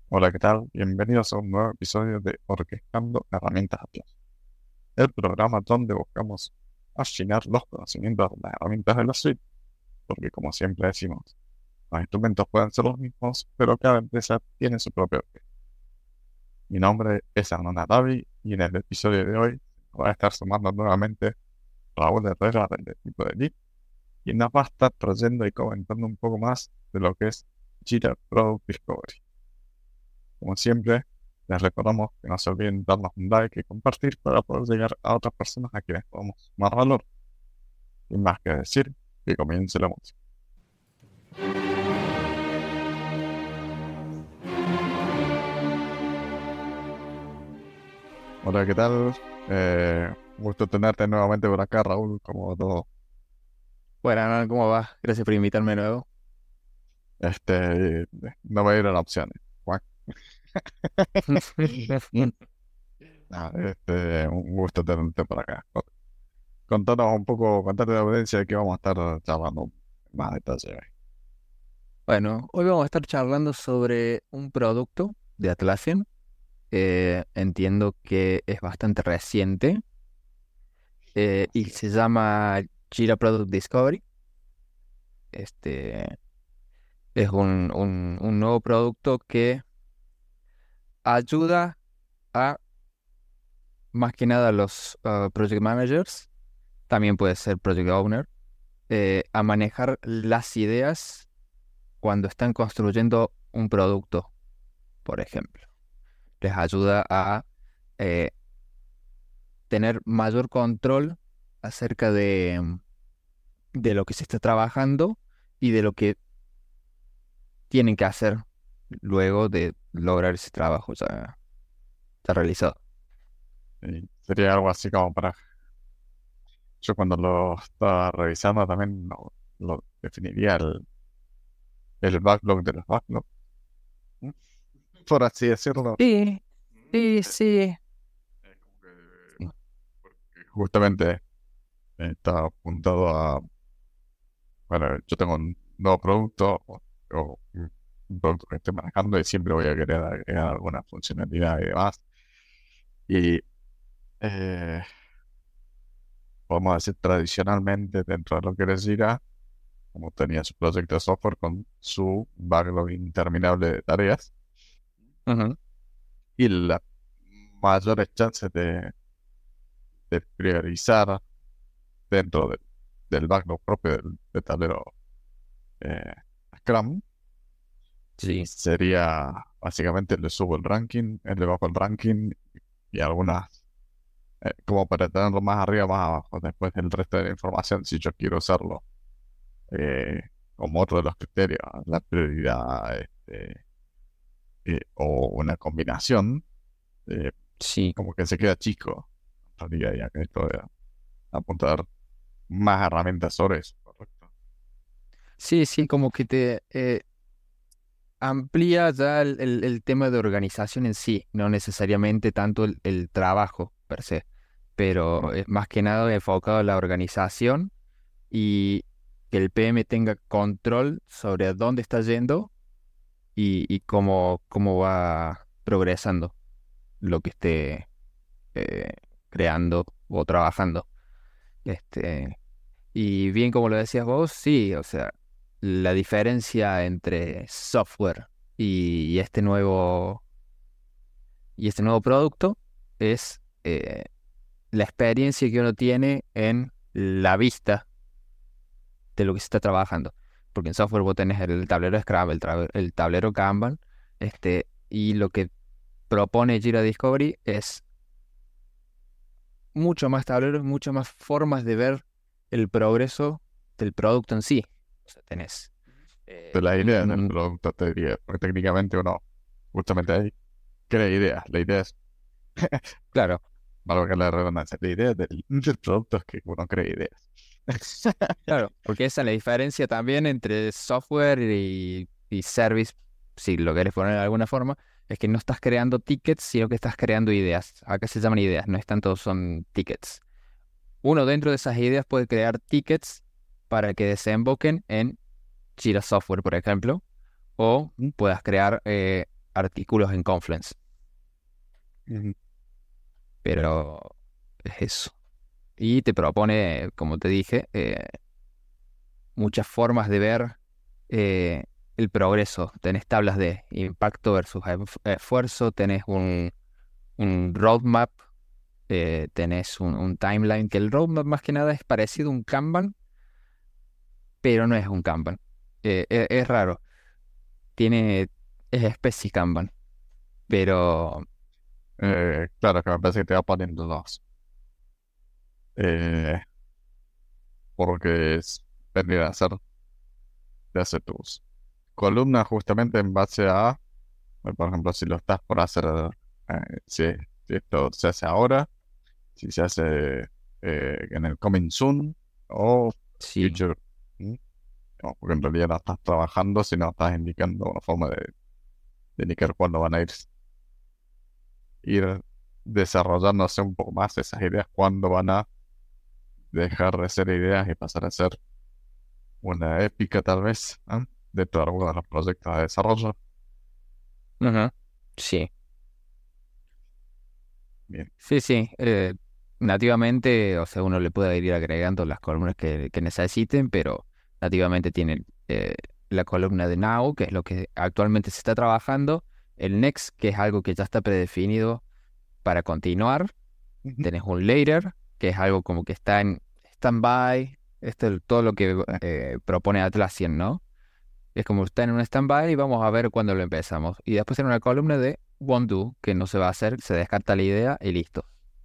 Hola, ¿qué tal? Bienvenidos a un nuevo episodio de Orquestando Herramientas Apple, el programa donde buscamos afinar los conocimientos de las herramientas de la suite, porque como siempre decimos, los instrumentos pueden ser los mismos, pero cada empresa tiene su propio orquesta. Mi nombre es Hernán Arabi y en el episodio de hoy va a estar sumando nuevamente Raúl Herrera del equipo de Lead, y nos va a estar trayendo y comentando un poco más de lo que es Jira Product Discovery. Como siempre, les recordamos que no se olviden darnos un like y compartir para poder llegar a otras personas a quienes podamos sumar valor. Sin más que decir, que comience la música. Hola, ¿qué tal? Gusto tenerte nuevamente por acá, Raúl, como todo. Bueno, Alan, ¿cómo va? Gracias por invitarme de nuevo. No me dieron opciones. Guac. Un gusto tenerte por acá. Contanos un poco, contate a la audiencia de qué vamos a estar charlando más detalle hoy. Bueno, hoy vamos a estar charlando sobre un producto de Atlassian. Entiendo que es bastante reciente y se llama Jira Product Discovery. Este es un nuevo producto que ayuda a más que nada a los project managers, también puede ser project owner, a manejar las ideas cuando están construyendo un producto, por ejemplo. Les ayuda a eh, tener mayor control acerca de lo que se está trabajando y de lo que tienen que hacer luego de lograr ese trabajo ya realizado. Y sería algo así como para. Yo cuando lo estaba revisando también lo definiría el backlog de los backlogs, ¿no? Por así decirlo. Sí, sí, Es sí. como que justamente está apuntado a, bueno, yo tengo un nuevo producto o un producto que estoy manejando y siempre voy a querer agregar alguna funcionalidad y demás. Y eh, podemos decir tradicionalmente dentro de lo que es Jira, como tenía su proyecto de software con su backlog interminable de tareas Ujú. y las mayores chances de priorizar dentro del backlog propio del tablero eh, Scrum Sí, sería básicamente le subo el ranking, le bajo el ranking y algunas, como para tenerlo más arriba, más abajo, después del resto de la información, si yo quiero usarlo eh, como otro de los criterios, la prioridad o una combinación, eh, sí, como que se queda chico, en realidad, ya que esto de apuntar más herramientas sobre eso, correcto. sí, sí, como que te amplía ya el tema de organización en sí, no necesariamente tanto el trabajo per se, pero es más que nada enfocado en la organización y que el PM tenga control sobre a dónde está yendo y cómo va progresando lo que esté eh, creando o trabajando. Este, y bien como lo decías vos, sí, o sea, la diferencia entre software y este nuevo producto es la experiencia que uno tiene en la vista de lo que se está trabajando. Porque en software vos tenés el tablero Scrum, el tablero Kanban, y lo que propone Jira Discovery es mucho más tableros, muchas más formas de ver el progreso del producto en sí. O sea, tenés De las un, ideas del un- producto, te diría, porque técnicamente uno justamente ahí crea ideas. La idea es, claro, valga la redundancia, la idea del producto es que uno crea ideas. claro, porque esa es la diferencia también entre software y service, si lo querés poner de alguna forma, es que no estás creando tickets, sino que estás creando ideas. Acá se llaman ideas, no es tanto son tickets. Uno dentro de esas ideas puede crear tickets para que desemboquen en Jira Software, por ejemplo, o puedas crear artículos en Confluence, Ujú. pero es eso. Y te propone, como te dije, muchas formas de ver eh, el progreso. Tenés tablas de impacto versus esfuerzo, tenés un roadmap, tenés un timeline, que el roadmap más que nada es parecido a un Kanban, pero no es un Kanban. Es raro, tiene, es especie Kanban, pero Claro que me parece que te va poniendo dos. Eh, Porque vendría a ser de hacer tus columnas justamente en base a, por ejemplo, si lo estás por hacer, si esto se hace ahora, si se hace en el coming soon o sí. future. ¿Mm? No, porque en realidad no estás trabajando, sino estás indicando una forma de indicar cuándo van a ir desarrollándose un poco más esas ideas, cuándo van a dejar de ser ideas y pasar a ser una épica tal vez, ¿eh? Dentro de algunos de los proyectos de desarrollo. Ujú. Sí, Bien. sí, sí. Nativamente, o sea, uno le puede ir agregando las columnas que necesiten, pero nativamente tienen la columna de Now, que es lo que actualmente se está trabajando, el Next, que es algo que ya está predefinido para continuar, Ujú. tenés un Later, que es algo como que está en stand-by, todo lo que Eh, propone Atlassian, ¿no? Es como está en un stand-by y vamos a ver cuándo lo empezamos. Y después en una columna de won't do, que no se va a hacer, se descarta la idea y listo.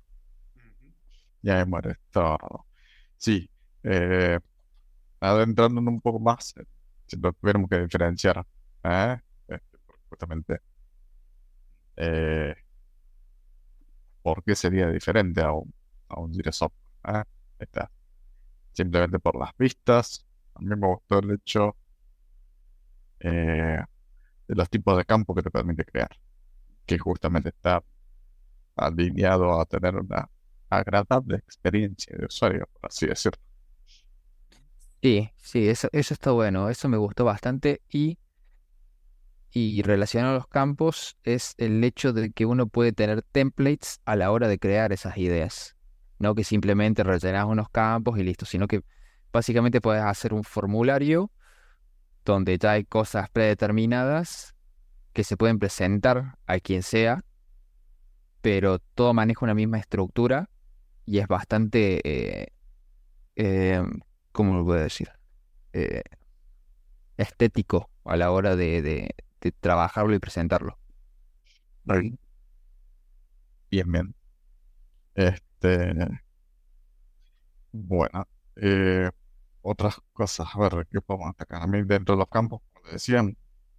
Ya muere todo. Sí, eh, adentrándonos un poco más, si lo tuviéramos que diferenciar, ¿eh? Justamente, eh, ¿por qué sería diferente a un Jira Software? ¿Eh? Está simplemente por las vistas. A mí me gustó el hecho eh, de los tipos de campo que te permite crear, que justamente está alineado a tener una agradable experiencia de usuario, por así decirlo. Sí, sí, eso está bueno, eso me gustó bastante y relacionado a los campos es el hecho de que uno puede tener templates a la hora de crear esas ideas. No que simplemente rellenas unos campos y listo, sino que básicamente puedes hacer un formulario donde ya hay cosas predeterminadas que se pueden presentar a quien sea, pero todo maneja una misma estructura y es bastante, eh, ¿cómo lo puedo decir? Eh, estético a la hora de trabajarlo y presentarlo. Ahí. Bien, bien. Este, bueno, eh, otras cosas, a ver, ¿qué podemos atacar? A mí dentro de los campos, como te decían,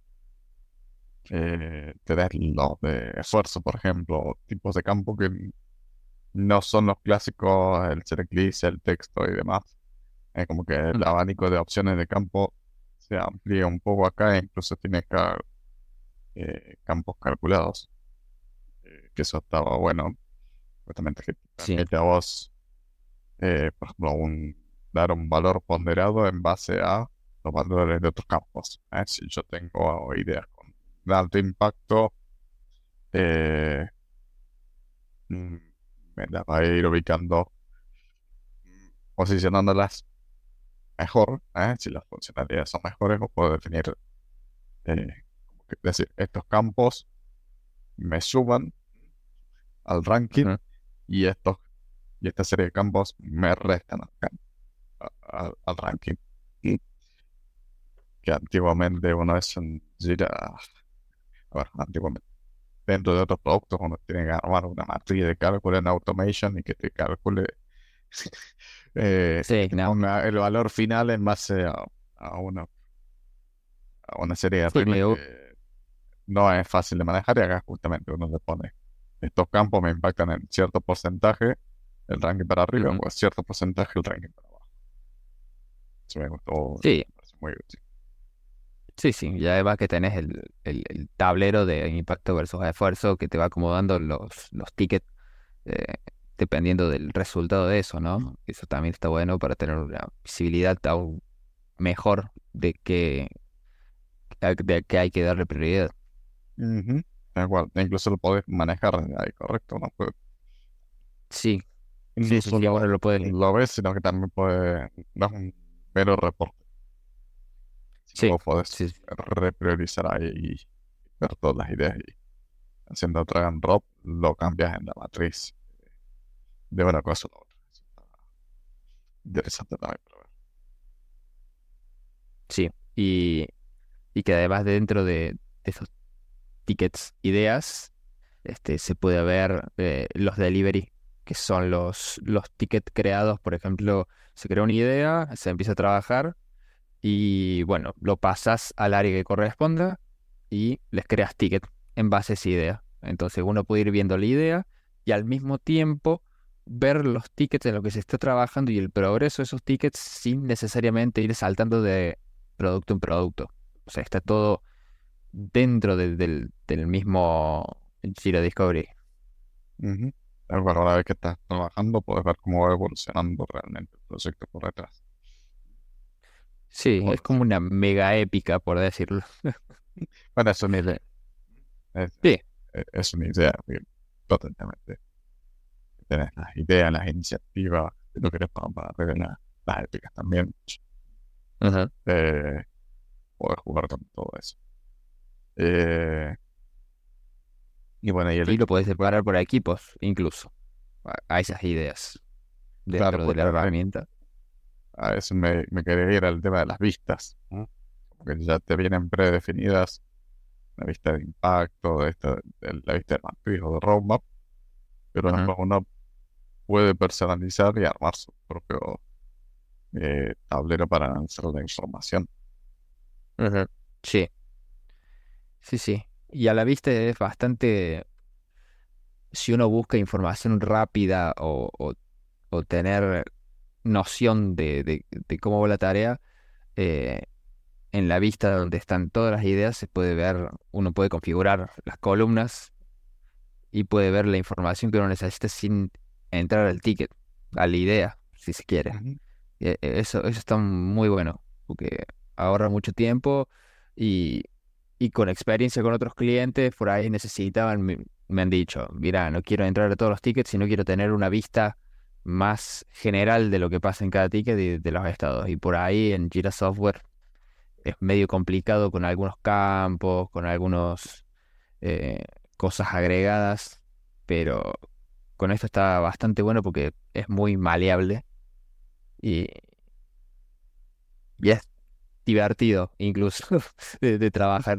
tenés los de esfuerzo, por ejemplo, tipos de campo que no son los clásicos, el select list, el texto y demás. Es como que el Mm. abanico de opciones de campo se amplía un poco acá e incluso tiene campos calculados, que eso estaba bueno, justamente que te Sí, permite a vos, por ejemplo, dar un valor ponderado en base a los valores de otros campos. Si yo tengo ideas con alto impacto, eh, mm, me las va a ir ubicando, posicionándolas mejor. Si las funcionalidades son mejores, o puedo definir, como que decir, estos campos me suban al ranking ujú, y esta serie de campos me restan al ranking. Y que antiguamente una vez en Jira, bueno, antiguamente, dentro de otros productos, uno tiene que armar una matriz de cálculo en automation y que te calcule, que sí, te no. ponga el valor final en base a una serie de Sí, reglas que no es fácil de manejar, y acá justamente uno le pone estos campos me impactan en cierto porcentaje el ranking para arriba ujú. o en cierto porcentaje el ranking para abajo. Eso me gustó, Sí, me parece muy útil. sí, sí. Y además que tenés el tablero de impacto versus esfuerzo que te va acomodando los tickets eh, dependiendo del resultado de eso, ¿no? Eso también está bueno para tener una visibilidad aún mejor de que hay que darle prioridad. Ujú. tal cual. Incluso lo podés manejar desde ahí, correcto. No Sí, no sí, solo ahora lo puedes. lo ves, sino que también puedes dar un mero reporte. Sino Sí, vos podés sí, repriorizar ahí y ver todas las ideas y haciendo drag and drop lo cambias en la matriz de una cosa a la otra. Eso está interesante también para ver. sí. Y que además dentro de esos tickets, ideas, se puede ver los delivery, que son los tickets creados. Por ejemplo, se crea una idea, se empieza a trabajar y bueno, lo pasas al área que corresponda y les creas ticket en base a esa idea. Entonces uno puede ir viendo la idea y al mismo tiempo ver los tickets en lo que se está trabajando y el progreso de esos tickets sin necesariamente ir saltando de producto en producto. O sea, está todo dentro del mismo Jira Discovery. Ujú. Bueno, una vez que estás trabajando, puedes ver cómo va evolucionando realmente el proyecto por detrás. Sí, Por es como decirlo. una mega épica, por decirlo. Bueno, es una idea. Es, Sí. es una idea, potencialmente. Tienes las ideas, las iniciativas, si lo quieres para revelar las épicas también. Ajá. Eh, Poder jugar con todo eso. Eh, y bueno, y el Y lo equipo, podés separar por equipos, incluso, a esas ideas claro, dentro de la porque herramienta. a veces me quería ir al tema de las vistas, ¿no? Porque ya te vienen predefinidas la vista de impacto, de la vista de matriz o de roadmap, pero Ajá. después uno puede personalizar y armar su propio tablero para lanzar la información. Ajá. Sí, sí, sí. Y a la vista es bastante, si uno busca información rápida o tener noción de cómo va la tarea, eh, en la vista donde están todas las ideas se puede ver, uno puede configurar las columnas y puede ver la información que uno necesita sin entrar al ticket, a la idea, si se quiere. Ujú. Eso está muy bueno, porque ahorra mucho tiempo y, y con experiencia con otros clientes, por ahí necesitaban, me han dicho, mira, no quiero entrar a todos los tickets, sino quiero tener una vista más general de lo que pasa en cada ticket y de los estados. Y por ahí en Jira Software es medio complicado con algunos campos, con algunos eh, cosas agregadas, pero con esto está bastante bueno porque es muy maleable y, y es divertido incluso de trabajar.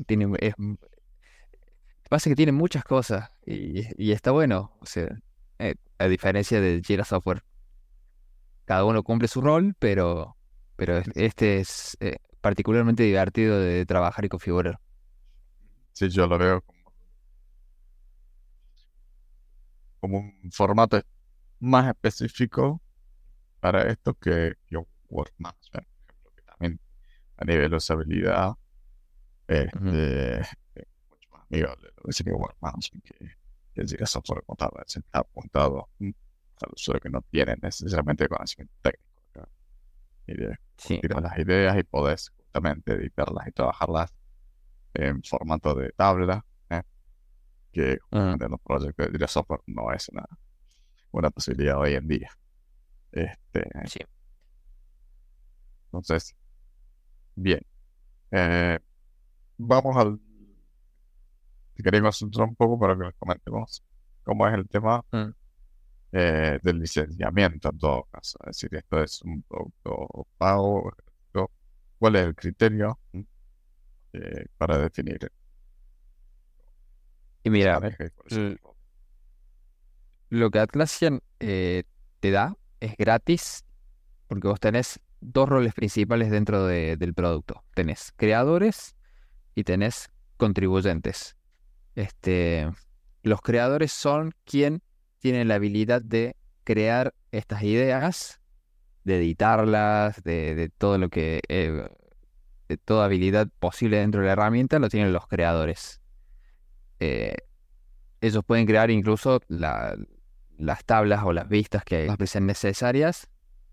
Pasa que tiene muchas cosas y está bueno. O sea, a diferencia de Jira Software, cada uno cumple su rol, pero este es particularmente divertido de trabajar y configurar. Sí, yo lo veo como un formato más específico para esto que Word Management, por ejemplo, que también a nivel de usabilidad Ujú. es mucho más amigable lo que sería Word Management que el Jira Software contado, está apuntado al usuario que no tiene necesariamente conocimiento técnico, ¿verdad? Y de Sí. tirar las ideas y podés justamente editarlas y trabajarlas en formato de tabla, ¿eh? Que Ujú. justamente en los proyectos de Jira Software no es una posibilidad hoy en día. Este, Sí. entonces, bien. Eh, Vamos al, si queréis concentrar un poco para que les comentemos cómo es el tema Mm. del licenciamiento en todo caso. Es decir, esto es un producto pago. ¿Cuál es el criterio para definir Y cómo se mira, maneja y cuáles son l- los roles? lo que Atlassian te da es gratis porque vos tenés dos roles principales dentro del producto. Tenés creadores y tenés contribuyentes. Este, los creadores son quien tienen la habilidad de crear estas ideas, de editarlas, de todo lo que, de toda habilidad posible dentro de la herramienta, lo tienen los creadores. Eh, Ellos pueden crear incluso las tablas o las vistas que sean necesarias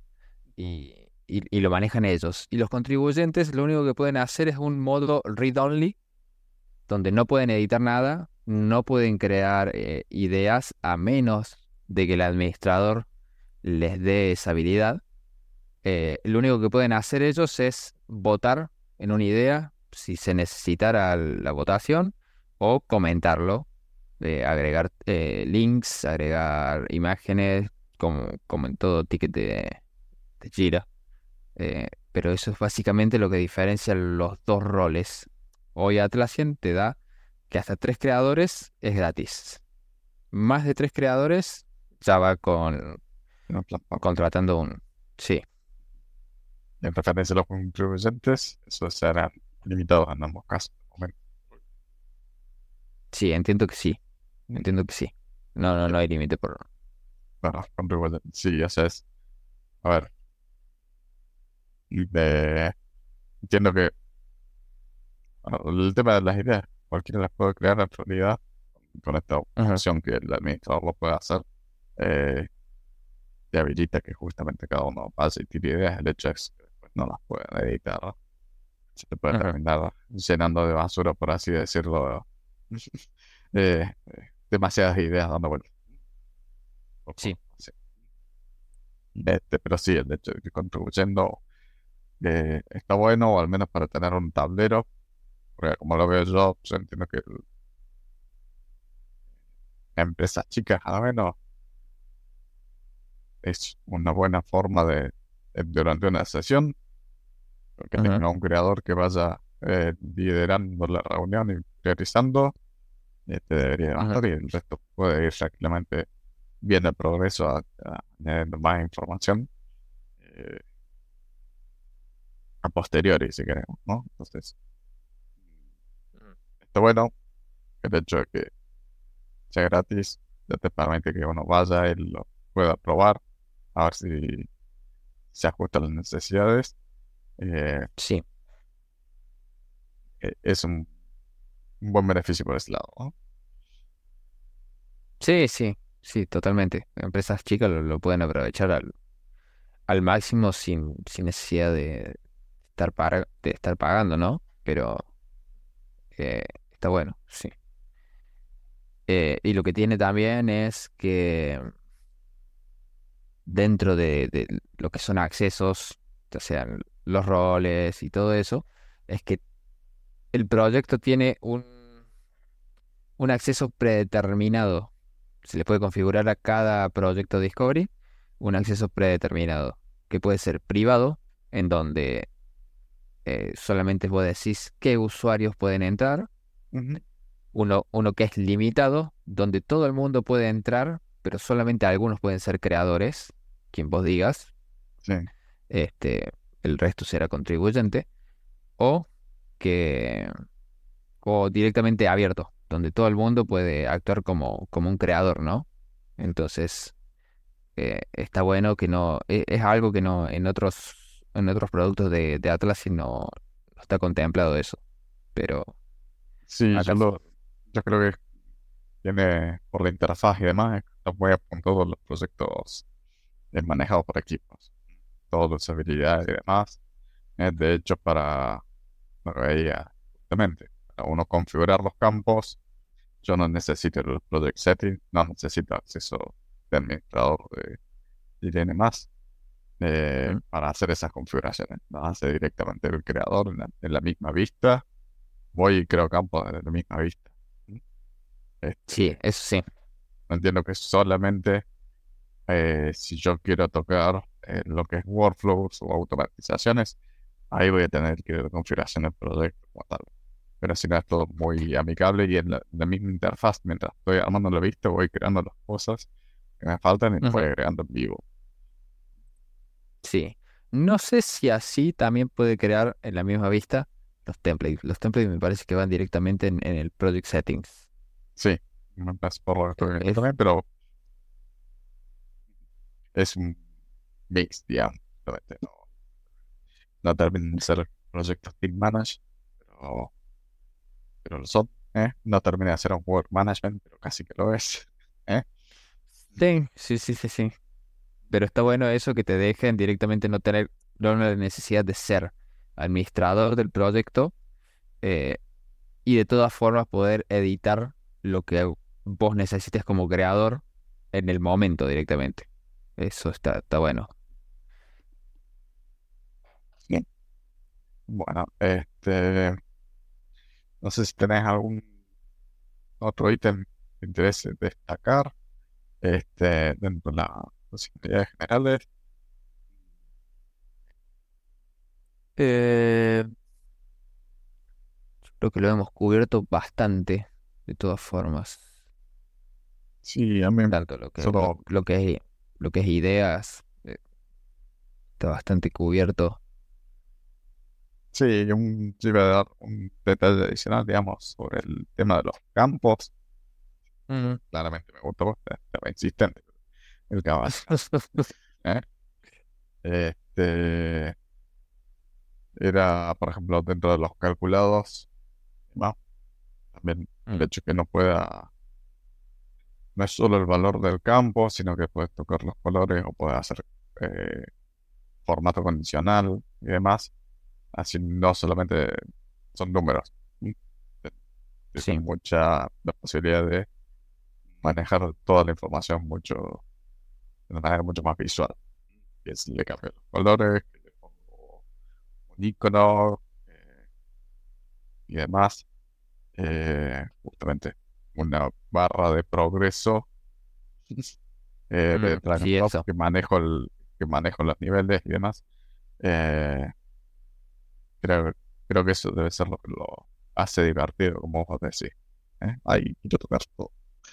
y lo manejan ellos. Y los contribuyentes lo único que pueden hacer es un modo read-only, donde no pueden editar nada, no pueden crear ideas a menos de que el administrador les dé esa habilidad. Lo único que pueden hacer ellos es votar en una idea si se necesitara la votación o comentarlo, agregar links, agregar imágenes, como en todo ticket de Jira. Pero eso es básicamente lo que diferencia los dos roles. Hoy Atlassian te da que hasta 3 creadores es gratis. Más de 3 creadores ya va En plan, contratando un... Sí, en referencia a los contribuyentes, eso será limitado en ambos casos. sí, entiendo que sí. Entiendo que sí. No hay límite por... Bueno, contribuyentes, sí, ya sabes. A ver, entiendo que el tema de las ideas, cualquiera las puede crear en realidad con esta Ajá, opción que el administrador lo puede hacer. eh, Te habilita que justamente cada uno pase y tire ideas. El hecho es que después no las pueden editar, ¿no? Se te puede ajá. terminar llenando de basura, por así decirlo. Demasiadas ideas dando vueltas. Sí. Sí. Pero sí, el hecho de que contribuyendo está bueno, o al menos para tener un tablero, porque como lo veo yo, pues entiendo que empresas chicas, al menos, es una buena forma durante una sesión, que Ajá, tenga un creador que vaya liderando la reunión y priorizando, te debería ajá. bastar y el resto puede ir tranquilamente viendo el progreso, añadiendo más información eh, a posteriori, si queremos, ¿no? Entonces, está bueno el hecho de que sea gratis, ya te permite que uno vaya y lo pueda probar, a ver si se ajusta a las necesidades. Eh, Sí. es un buen beneficio por ese lado, ¿no? Sí, sí, sí, totalmente. Empresas chicas lo pueden aprovechar al máximo sin necesidad de estar pagando, ¿no? Pero está bueno, sí. Y lo que tiene también es que dentro de lo que son accesos, o sea, los roles y todo eso, es que el proyecto tiene un acceso predeterminado. Se le puede configurar a cada proyecto Discovery un acceso predeterminado, que puede ser privado, en donde solamente vos decís qué usuarios pueden entrar, Ujú. uno que es limitado, donde todo el mundo puede entrar, pero solamente algunos pueden ser creadores, quien vos digas, Sí. este, el resto será contribuyente, o que o directamente abierto, donde todo el mundo puede actuar como un creador, ¿no? Entonces, está bueno que no, es algo que no en otros productos de Atlas no está contemplado eso, pero Sí, acá yo creo que tiene por la interfaz y demás, está muy apuntado a los proyectos manejados por equipos, todas las habilidades y demás. De hecho, lo que veía justamente, para uno configurar los campos, yo no necesito el project setting, no necesito acceso de administrador y tiene más ujú. para hacer esas configuraciones. Lo hace directamente el creador en la misma vista. Voy y creo campos en la misma vista. Sí, Este, eso sí. no entiendo que solamente si yo quiero tocar lo que es workflows o automatizaciones, ahí voy a tener que ir a configuración del proyecto como tal. Pero si no es todo muy amigable y en la misma interfaz, mientras estoy armando la vista, voy creando las cosas que me faltan y las voy Ujú. agregando en vivo. Sí. No sé si así también puede crear en la misma vista los templates. Los templates me parece que van directamente en el project settings. Sí, me pasa por lo que estoy viendo Es, también, pero es un mix, digamos. Realmente no terminan de ser proyectos team managed, pero, pero lo son. No termina de ser un work management, pero casi que lo es. ¿eh? sí, sí, sí, sí, sí. Pero está bueno eso que te dejen directamente no la necesidad de ser administrador del proyecto, eh, y de todas formas poder editar lo que vos necesites como creador en el momento directamente. Eso está bueno. Bien. Bueno, no sé si tenés algún otro ítem que te interese destacar, dentro de las actividades generales. Eh, Creo que lo hemos cubierto bastante, de todas formas. Sí, a mí Tanto solo, lo que es ideas, está bastante cubierto. sí, yo iba a dar un detalle adicional, digamos, sobre el tema de los campos. Mm. Claramente me gustó, estaba insistente el caballo. ¿Eh? Este, Era, por ejemplo, dentro de los calculados, ¿no? También el Mm. hecho que no es solo el valor del campo, sino que puedes tocar los colores o puedes hacer eh, formato condicional y demás. Así no solamente son números. ¿Sí? Tiene Sí. mucha la posibilidad de manejar toda la información de una manera mucho más visual. Que si le cambio los colores, que le pongo un icono y demás. Justamente una barra de progreso de drag and Sí, drop eso. que manejo los niveles y demás. Eh, creo, creo que eso debe ser lo que lo hace divertido, como vos decís. Ahí quiero tocar todo.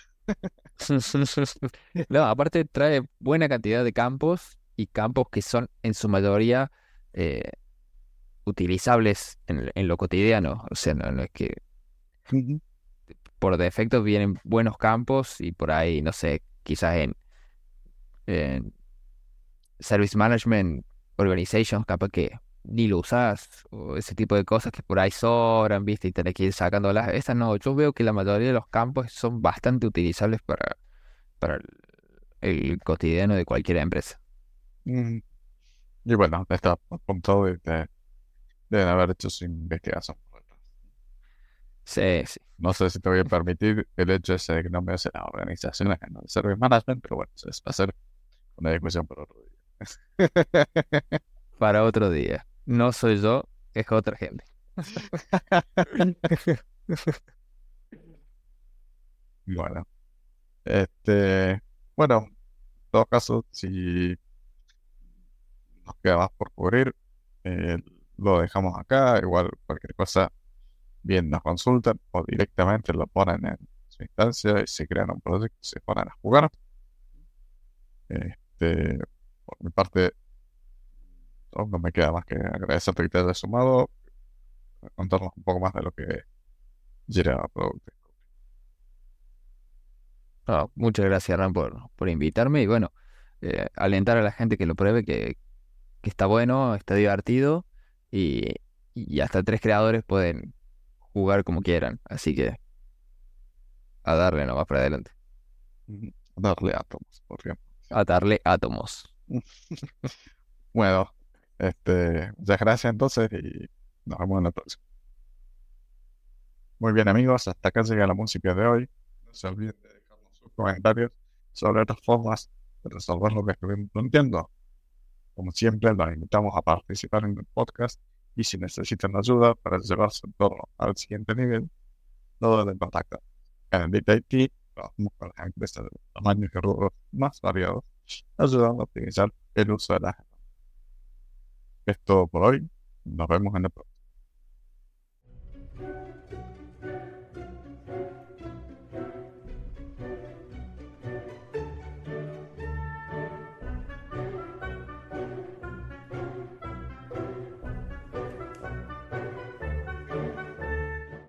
No, aparte trae buena cantidad de campos y campos que son en su mayoría eh, utilizables en lo cotidiano. O sea, no es que Ujú. por defecto vienen buenos campos y por ahí, no sé, quizás en Service Management Organization, capaz que ni lo usás, o ese tipo de cosas que por ahí sobran, ¿viste? Y tenés que ir sacándolas. Esas no, yo veo que la mayoría de los campos son bastante utilizables para el cotidiano de cualquier empresa. Mm, Y bueno, está apuntado y deben haber hecho su investigación por detrás. Sí, sí. No sé si te voy a permitir el hecho ese de que no me hacen las organizaciones en el service management, pero bueno, eso es va a ser una discusión para otro día. Para otro día. No soy yo, es otra gente. Bueno, este, bueno, en todo caso, si nos queda más por cubrir, eh, lo dejamos acá. Igual cualquier cosa, bien nos consultan o directamente lo ponen en su instancia y se crean un proyecto y se ponen a jugar. Este, por mi parte, no me queda más que agradecerte que te hayas sumado, contarnos un poco más de lo que Jira Product. No, muchas gracias, Ram, por invitarme y bueno, alentar a la gente que lo pruebe, que está bueno, está divertido y, y hasta tres creadores pueden jugar como quieran. Así que a darle nomás para adelante. Darle átomos, por ejemplo. A darle átomos. Bueno, muchas gracias entonces y nos vemos en la próxima. Muy bien amigos, hasta acá llega la música de hoy. No se olviden de dejarnos sus comentarios sobre otras formas de resolver lo que estuvimos planteando. Como siempre, los invitamos a participar en el podcast y si necesitan ayuda para llevar su entorno al siguiente nivel, no duden en contactar. En el DTIT trabajamos con las empresas de tamaños y rubros más variados, ayudando a optimizar el uso de las herramientas. Es todo por hoy. Nos vemos en la próxima.